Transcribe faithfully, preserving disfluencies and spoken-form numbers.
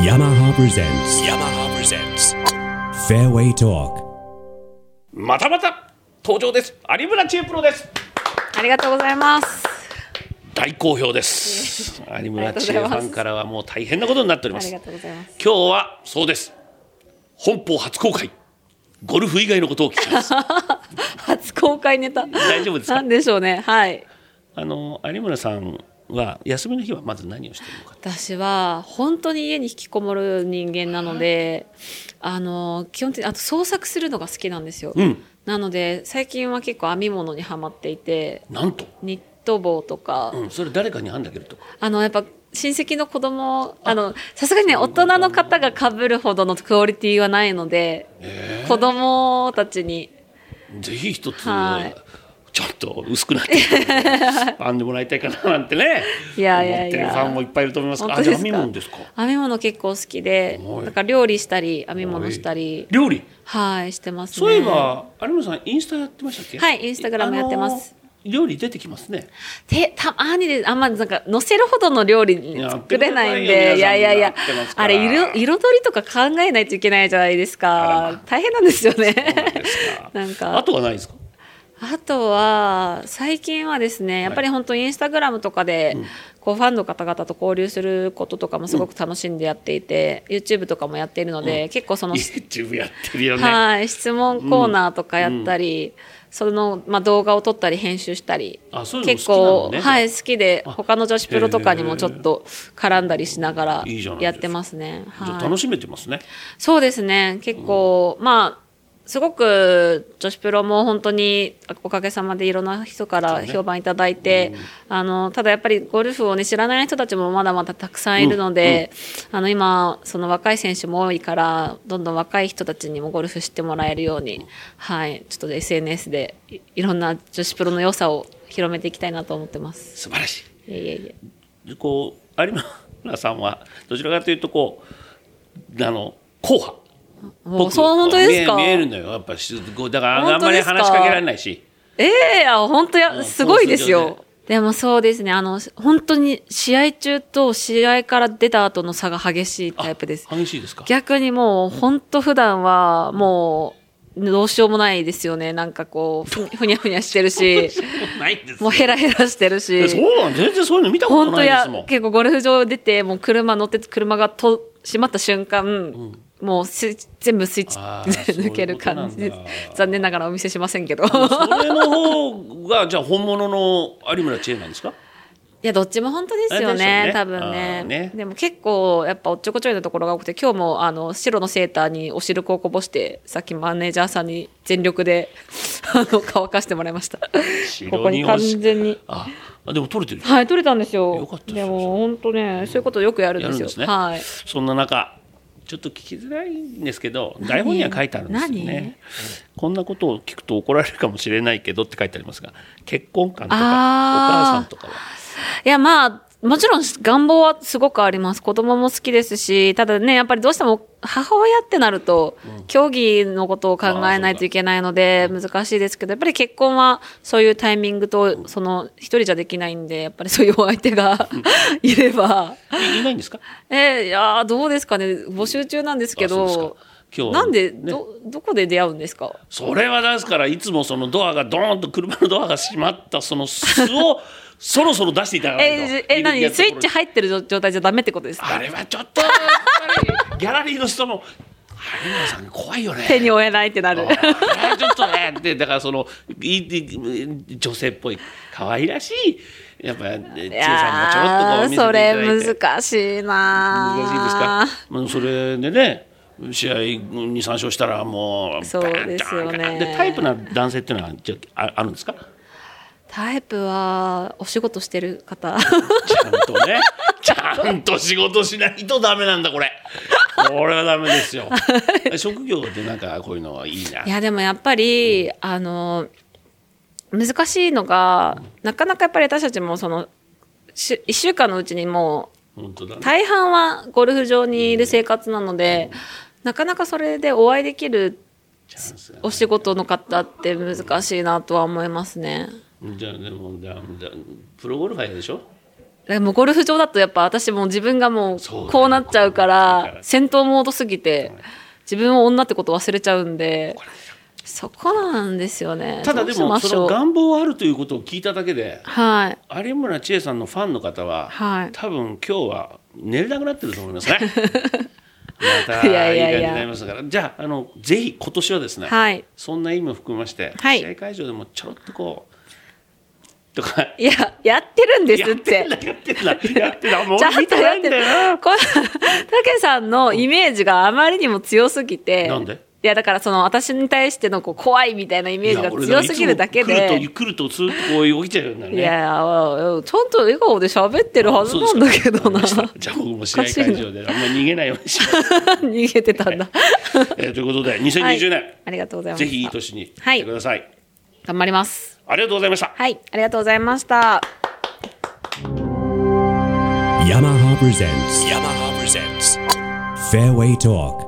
Yamaha presents Yamaha presents Fairway Talk。 またまた登場です。有村知恵プロです。 ありがとうございます。 大好評です。有村知恵ファンからはもう大変なことになっております。 ありがとうございます。 今日はそうです、本邦初公開、ゴルフ以外のことを聞きます初公開ネタ大丈夫ですか？ なんでしょうね。はい。 あの有村さんは休みの日はまず何をしているのか。 私は本当に家に引きこもる人間なので、あの基本的にあと創作するのが好きなんですよ、うん、なので最近は結構編み物にはまっていて、 なんとニット帽とか、 うん、それ誰かに編んであげるとか、 あのやっぱ親戚の子供、あのさすがにね大人の方が被るほどのクオリティはないので、子供たちにぜひ一つ、 はい、 ちょっと薄くなって編んでもらいたいかななんてねいやいやいや思ってるファンもいっぱいいると思いますが、 あ、じゃあ編み物ですか？ 編み物結構好きで、だから料理したり編み物したり料理はいしてますね。 そういえば有村さんインスタやってましたっけ？ はい、インスタグラムやってます。 料理出てきますね。 でたまにであんまなんか載せるほどの料理作れないんで、いやいやいや、あれ彩りとか考えないといけないじゃないですか。大変なんですよね。 なんかあとはないですか？ あとは最近はですね、やっぱり本当インスタグラムとかでこうファンの方々と交流することとかもすごく楽しんでやっていて、うん、YouTube とかもやっているので、うん、結構その YouTube やってるよね。 はい、質問コーナーとかやったり、うんうん、そのまあ動画を撮ったり編集したり、 あ、そういうの結構、 ね、 はい、好きで他の女子プロとかにもちょっと絡んだりしながらやってますね。 いいはい、楽しめてますね。 そうですね、結構、うん、まあすごく女子プロも本当におかげさまでいろんな人から評判いただいて、ね、うん、あのただやっぱりゴルフを、ね、知らない人たちもまだまだたくさんいるので、うんうん、あの今その若い選手も多いからどんどん若い人たちにもゴルフ知ってもらえるように、はい、ちょっと エスエヌエス でいろんな女子プロの良さを広めていきたいなと思ってます。 素晴らしい。 いえいえいえこう有村さんはどちらかというとこうあの硬派もうそう本当ですか？ 見えるのよやっぱだからあんまり話しかけられないし。 ええー、本当やすごいですよ。でもそうですね、あの本当に試合中と試合から出た後の差が激しいタイプです。 激しいですか？ 逆にもう本当普段はもうどうしようもないですよね。なんかこうふふにゃふにゃしてるしもうヘラヘラしてるし。 そう全然そういうの見たことないですもん。 本当や結構ゴルフ場出てもう車乗って車がと閉まった瞬間、うんもう全部スイッチ抜ける感じです。残念ながらお見せしませんけどそれの方がじゃあ本物の有村知恵なんですか？ いやどっちも本当ですよ ね, ね多分 ね, ねでも結構やっぱおっちょこちょいのところが多くて、今日もあの白のセーターにお汁粉をこぼしてさっきマネージャーさんに全力であの乾かしてもらいました。ここに完全にあでも取れてる。 はい取れたんですよ。 よかったです。 でも本当ねそういうことよくやるんですよ。 ですね、 はい、 そんな中ちょっと聞きづらいんですけど台本には書いてあるんですよね。こんなことを聞くと怒られるかもしれないけどって書いてありますが、結婚観とかお母さんとかは。 いやまあもちろん願望はすごくあります。子供も好きですし、ただねやっぱりどうしても母親ってなると、うん、競技のことを考えないといけないので難しいですけど、やっぱり結婚はそういうタイミングと、うん、その一人じゃできないんで、やっぱりそういうお相手がいればいないんですか？ えー、いやどうですかね、募集中なんですけど。今日なんで、ね、ど, どこで出会うんですか？ それはですからいつもそのドアがドーンと車のドアが閉まったその巣をそろそろ出していただかないとええ何スイッチ入ってる状態じゃダメってことですか？ あれはちょっとギャラリーの人も有村さん怖いよね、 手に負えないってなるあれちょっとねってだからその女性っぽい可愛らしいやっぱり千恵さんもちょっとこう見せていただいて。 それ難しいな。 難しいですか？それでね試合にさん勝したらもうそうですよね。 でタイプな男性っていうのはじゃ あ, あるんですか？ タイプはお仕事してる方ちゃんとねちゃんと仕事しないとダメなんだこれこれはダメですよ職業でなんかこういうのはいいな。 いやでもやっぱり、うん、あの難しいのが、うん、なかなかやっぱり私たちもそのいっしゅうかんのうちにもう本当だ、ね、大半はゴルフ場にいる生活なので、うん、なかなかそれでお会いできるお仕事の方って難しいなとは思いますね。 じゃあでもじゃあプロゴルファーでしょ？ でもゴルフ場だとやっぱ私も自分がもうこうなっちゃうから戦闘モードすぎて自分を女ってこと忘れちゃうんで、そこなんですよね。 ただでもその願望はあるということを聞いただけで、 はい、 有村千恵さんのファンの方は、はい、多分今日は寝れなくなってると思いますね。またいい感じになりますから、じゃあ、あのぜひ今年はですね、はい、そんな意味も含めまして、はい、試合会場でもちょろっとこうとか、 いややってるんですって。 やってんだやってんだやってんだもう見てないんだよな。 この武さんのイメージがあまりにも強すぎて、 なんで？ いやだからその私に対してのこう怖いみたいなイメージが強すぎるだけで、 来ると来るとスーッとこう起きちゃうんだよね。 いやちゃんと笑顔で喋ってるはずなんだけどな。 じゃあ僕も試合会場であんまり逃げないようにします。 逃げてたんだ。 えー、ということでにせんにじゅうねん、はい、 ありがとうございます。 ぜひいい年にしてください。はい、 頑張ります。 ありがとうございました。 はい、ありがとうございました。 Yamaha presents Yamaha presents Fairway Talk